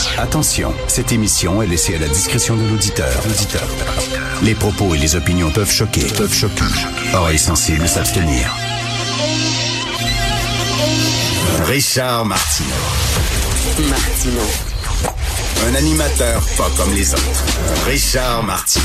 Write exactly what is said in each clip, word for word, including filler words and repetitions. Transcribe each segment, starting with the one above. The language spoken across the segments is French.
Attention, cette émission est laissée à la discrétion de l'auditeur. Les propos et les opinions peuvent choquer. Peuvent choquer. Oreilles sensibles s'abstenir. Richard Martineau. Martineau. Un animateur pas comme les autres. Richard Martineau.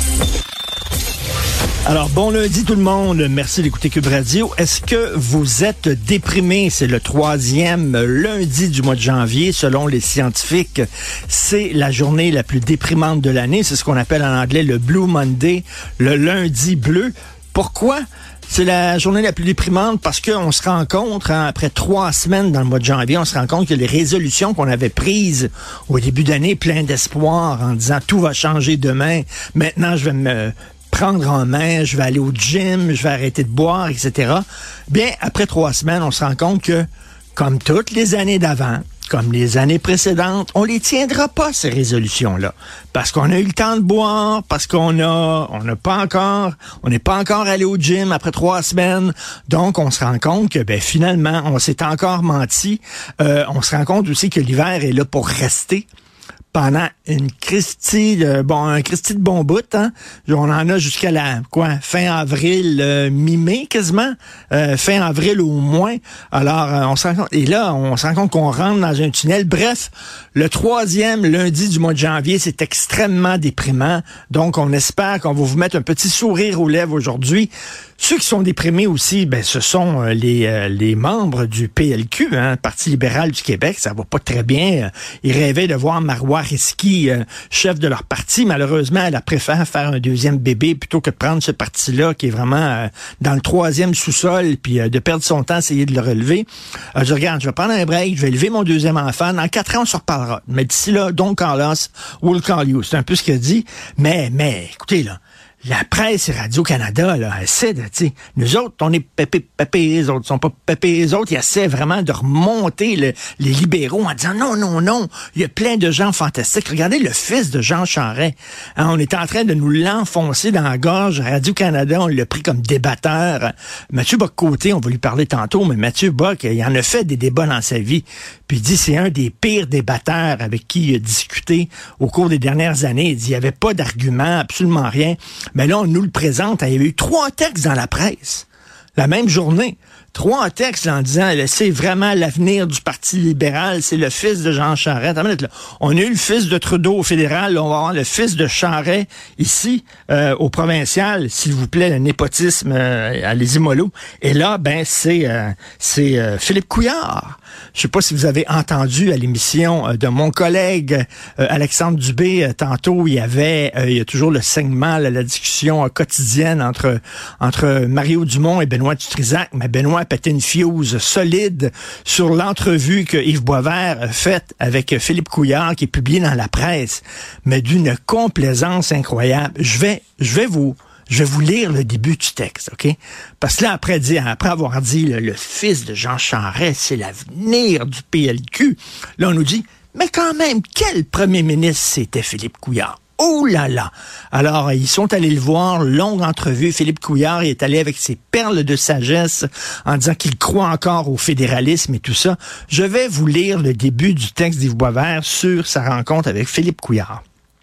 Alors, bon lundi tout le monde. Merci d'écouter Cube Radio. Est-ce que vous êtes déprimé? C'est le troisième lundi du mois de janvier. Selon les scientifiques, c'est la journée la plus déprimante de l'année. C'est ce qu'on appelle en anglais le Blue Monday, le lundi bleu. Pourquoi? C'est la journée la plus déprimante parce qu'on se rend compte, hein, après trois semaines dans le mois de janvier, on se rend compte que les résolutions qu'on avait prises au début d'année, plein d'espoir, en disant tout va changer demain, maintenant je vais me prendre en main, je vais aller au gym, je vais arrêter de boire, et cetera. Bien, après trois semaines, on se rend compte que, comme toutes les années d'avant, comme les années précédentes, on les tiendra pas, ces résolutions-là. Parce qu'on a eu le temps de boire, parce qu'on a, on n'a pas encore, on n'est pas encore allé au gym après trois semaines. Donc, on se rend compte que, ben, finalement, on s'est encore menti. Euh, on se rend compte aussi que l'hiver est là pour rester. Pendant une Christie de, bon, un Christie de bon bout, hein. On en a jusqu'à la, quoi, fin avril, euh, mi-mai, quasiment. Euh, fin avril au moins. Alors, euh, on se rend compte, et là, on se rend compte qu'on rentre dans un tunnel. Bref, le troisième lundi du mois de janvier, c'est extrêmement déprimant. Donc, on espère qu'on va vous mettre un petit sourire aux lèvres aujourd'hui. Ceux qui sont déprimés aussi, ben, ce sont euh, les, euh, les membres du P L Q, hein, Parti libéral du Québec. Ça va pas très bien. Ils rêvaient de voir Marois Risky, euh, chef de leur parti. Malheureusement, elle a préféré faire un deuxième bébé plutôt que de prendre ce parti-là qui est vraiment euh, dans le troisième sous-sol, puis euh, de perdre son temps à essayer de le relever. Euh, je regarde, je vais prendre un break, je vais élever mon deuxième enfant. Dans quatre ans, on se reparlera. Mais d'ici là, don't call us, we'll call you. C'est un peu ce qu'elle dit. Mais, mais, écoutez, là, la presse et Radio-Canada, là, essaie de, tu sais, nous autres, on est pépé, pépé, les autres sont pas pépé, les autres, ils essaient vraiment de remonter le, les libéraux en disant non, non, non, il y a plein de gens fantastiques. Regardez le fils de Jean Charest. Hein, on est en train de nous l'enfoncer dans la gorge. Radio-Canada, on l'a pris comme débatteur. Mathieu Bock-Côté, on va lui parler tantôt, mais Mathieu Bock, il en a fait des débats dans sa vie. Puis il dit c'est un des pires débatteurs avec qui il a discuté au cours des dernières années. Il dit il n'y avait pas d'argument, absolument rien. Mais là, on nous le présente. Il y avait eu trois textes dans la presse, la même journée. Trois textes là, en disant, c'est vraiment l'avenir du Parti libéral, c'est le fils de Jean Charest. Attends une minute, là. On a eu le fils de Trudeau au fédéral, là, on va avoir le fils de Charest ici, euh, au provincial, s'il vous plaît, le népotisme euh, à les Imolo. Et là, ben, c'est euh, c'est euh, Philippe Couillard. Je sais pas si vous avez entendu à l'émission euh, de mon collègue euh, Alexandre Dubé, euh, tantôt, il y avait, euh, il y a toujours le segment, là, la discussion euh, quotidienne entre entre Mario Dumont et Benoît Dutrisac, mais Benoît pété une fuse solide sur l'entrevue que Yves Boisvert a faite avec Philippe Couillard, qui est publiée dans la presse, mais d'une complaisance incroyable. Je vais, je vais vous, je vais vous lire le début du texte, OK? Parce que là, après, dire, après avoir dit le, le fils de Jean Charest, c'est l'avenir du P L Q, là, on nous dit, mais quand même, quel premier ministre c'était Philippe Couillard? Oh là là! Alors, ils sont allés le voir, longue entrevue. Philippe Couillard est allé avec ses perles de sagesse en disant qu'il croit encore au fédéralisme et tout ça. Je vais vous lire le début du texte d'Yves Boisvert sur sa rencontre avec Philippe Couillard.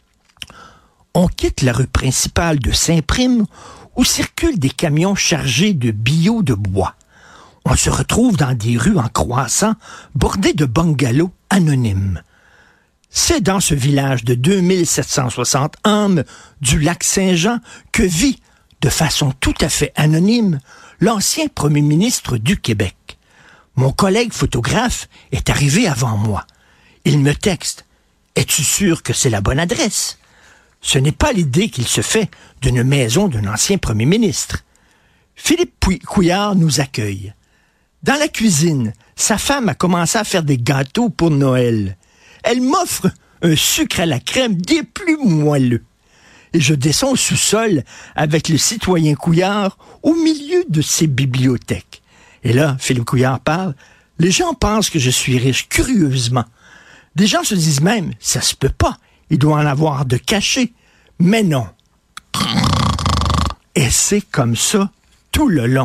On quitte la rue principale de Saint-Prime où circulent des camions chargés de billots de bois. On se retrouve dans des rues en croissant, bordées de bungalows anonymes. C'est dans ce village de deux mille sept cent soixante âmes du lac Saint-Jean que vit, de façon tout à fait anonyme, l'ancien premier ministre du Québec. Mon collègue photographe est arrivé avant moi. Il me texte « Es-tu sûr que c'est la bonne adresse ?» Ce n'est pas l'idée qu'il se fait d'une maison d'un ancien premier ministre. Philippe Couillard nous accueille. Dans la cuisine, sa femme a commencé à faire des gâteaux pour Noël. Elle m'offre un sucre à la crème des plus moelleux. Et je descends au sous-sol avec le citoyen Couillard au milieu de ses bibliothèques. Et là, Philippe Couillard parle. Les gens pensent que je suis riche, curieusement. Des gens se disent même, ça se peut pas. Il doit en avoir de cachés. Mais non. Et c'est comme ça tout le long.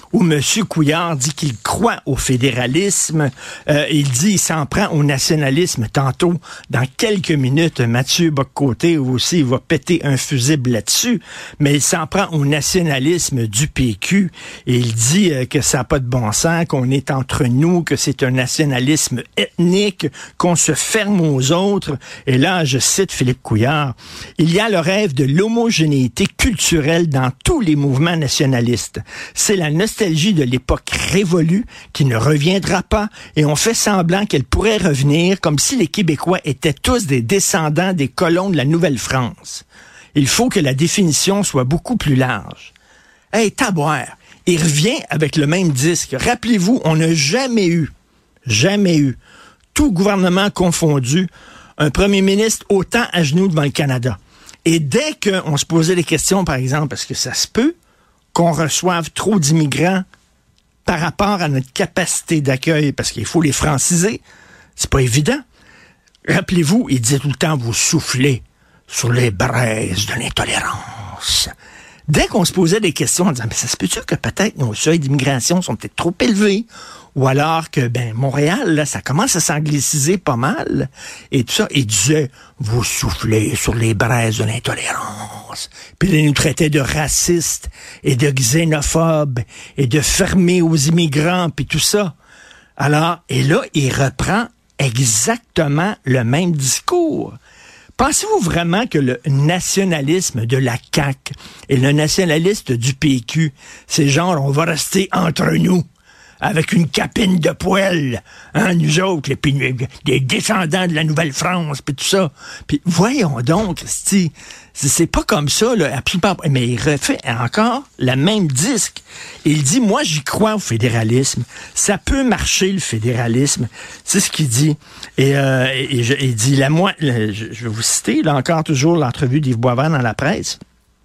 où M. Couillard dit qu'il croit au fédéralisme. Euh, il dit qu'il s'en prend au nationalisme tantôt. Dans quelques minutes, Mathieu Bock-Côté aussi va péter un fusible là-dessus, mais il s'en prend au nationalisme du P Q et il dit euh, que ça n'a pas de bon sens, qu'on est entre nous, que c'est un nationalisme ethnique, qu'on se ferme aux autres. Et là, je cite Philippe Couillard, « Il y a le rêve de l'homogénéité culturelle dans tous les mouvements nationalistes. C'est la nostalgie de l'époque révolue qui ne reviendra pas et on fait semblant qu'elle pourrait revenir comme si les Québécois étaient tous des descendants des colons de la Nouvelle-France. Il faut que la définition soit beaucoup plus large. » Hey, taboire, il revient avec le même disque. Rappelez-vous, on n'a jamais eu, jamais eu, tout gouvernement confondu, un premier ministre autant à genoux devant le Canada. Et dès qu'on se posait des questions, par exemple, parce que ça se peut qu'on reçoive trop d'immigrants par rapport à notre capacité d'accueil, parce qu'il faut les franciser, c'est pas évident. Rappelez-vous, il disait tout le temps, vous soufflez sur les braises de l'intolérance. Dès qu'on se posait des questions en disant, mais ça se peut-tu que peut-être nos seuils d'immigration sont peut-être trop élevés? Ou alors que, ben, Montréal, là, ça commence à s'angliciser pas mal. Et tout ça, il disait, vous soufflez sur les braises de l'intolérance. Puis il nous traitait de racistes et de xénophobes et de fermés aux immigrants, puis tout ça. Alors, et là, il reprend exactement le même discours. Pensez-vous vraiment que le nationalisme de la C A Q et le nationaliste du P Q, c'est genre, on va rester entre nous, avec une capine de poêle, hein, nous autres, les, les descendants de la Nouvelle-France, puis tout ça. Puis voyons donc, Christy, c'est pas comme ça, là, absolument pas. Mais il refait encore le même disque. Il dit, moi, j'y crois au fédéralisme. Ça peut marcher, le fédéralisme. C'est ce qu'il dit. Et, euh, et, je, il dit, la moi, je, je vais vous citer, là encore, toujours l'entrevue d'Yves Boisvert dans la presse.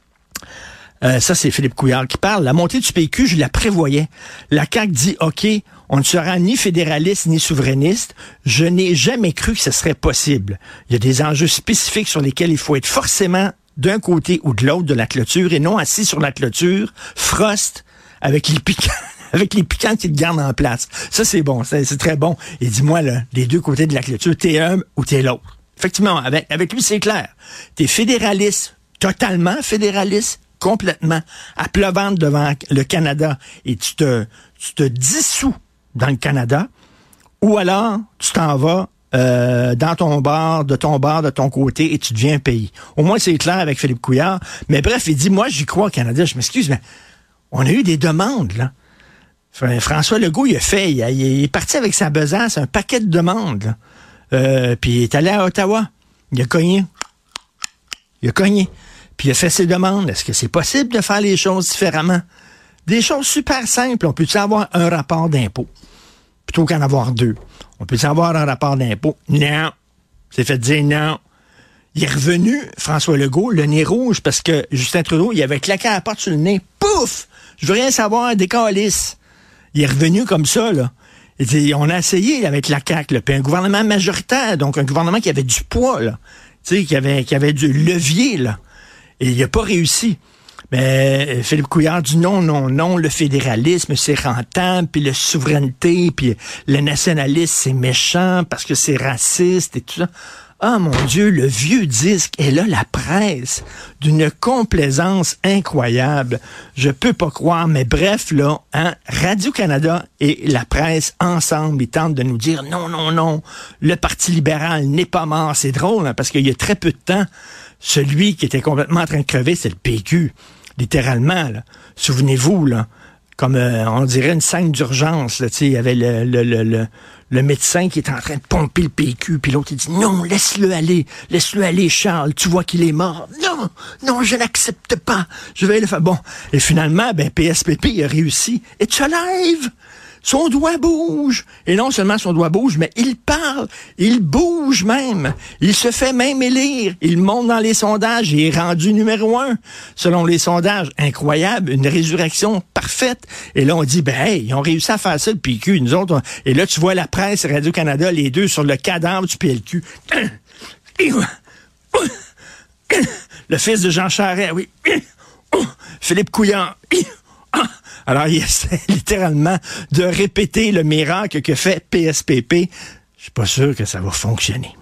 Euh, ça, c'est Philippe Couillard qui parle. La montée du P Q, je la prévoyais. La C A Q dit, OK, on ne sera ni fédéraliste ni souverainiste. Je n'ai jamais cru que ce serait possible. Il y a des enjeux spécifiques sur lesquels il faut être forcément d'un côté ou de l'autre de la clôture et non assis sur la clôture, frost, avec les piquants. Avec les piquants qui te gardent en place. Ça, c'est bon. C'est, c'est très bon. Et dis-moi, là, les deux côtés de la clôture, t'es un ou t'es l'autre. Effectivement, avec, avec lui, c'est clair. T'es fédéraliste, totalement fédéraliste, complètement, à plat ventre devant le Canada, et tu te, tu te dissous dans le Canada, ou alors tu t'en vas euh, dans ton bar, de ton bar, de ton côté, et tu deviens un pays. Au moins, c'est clair avec Philippe Couillard. Mais bref, il dit, moi, j'y crois au Canada. Je m'excuse, mais on a eu des demandes, là. François Legault, il a fait, il, il est parti avec sa besace, un paquet de demandes, là. Euh, puis il est allé à Ottawa. Il a cogné. Il a cogné. Puis il a fait ses demandes. Est-ce que c'est possible de faire les choses différemment? Des choses super simples. On peut-tu avoir un rapport d'impôt? Plutôt qu'en avoir deux. On peut-tu avoir un rapport d'impôt? Non. C'est fait dire non. Il est revenu, François Legault, le nez rouge, parce que Justin Trudeau, il avait claqué à la porte sur le nez. Pouf! Je veux rien savoir, des câlisses. Il est revenu comme ça, là. Et on a essayé avec la C A Q, là, puis un gouvernement majoritaire, donc un gouvernement qui avait du poids, là. Tu sais, qui avait, qui avait du levier, là. Et il n'a pas réussi. Mais Philippe Couillard dit non, non, non, le fédéralisme, c'est rentable, puis la souveraineté, puis le nationalisme, c'est méchant parce que c'est raciste et tout ça. Ah, mon Dieu, le vieux disque, et là, la presse, d'une complaisance incroyable. Je peux pas croire, mais bref, là, hein, Radio-Canada et la presse, ensemble, ils tentent de nous dire non, non, non, le Parti libéral n'est pas mort. C'est drôle, hein, parce qu'il y a très peu de temps, celui qui était complètement en train de crever, c'est le P Q, littéralement, là. Souvenez-vous, là, comme euh, on dirait une scène d'urgence, là, tu sais, il y avait le, le, le, le Le médecin qui est en train de pomper le P Q, puis l'autre, il dit, non, laisse-le aller, laisse-le aller, Charles, tu vois qu'il est mort. Non, non, je n'accepte pas, je vais le faire. Bon, et finalement, ben, P S P P, il a réussi. It's alive! Son doigt bouge. Et non seulement son doigt bouge, mais il parle. Il bouge même. Il se fait même élire. Il monte dans les sondages. Il est rendu numéro un. Selon les sondages, incroyable. Une résurrection parfaite. Et là, on dit, ben, hey, ils ont réussi à faire ça, le P Q. Nous autres, on... Et là, tu vois la presse, Radio-Canada, les deux sur le cadavre du P L Q. Le fils de Jean Charest, oui. Philippe Couillard. Alors, il essaie littéralement de répéter le miracle que fait P S P P. Je suis pas sûr que ça va fonctionner.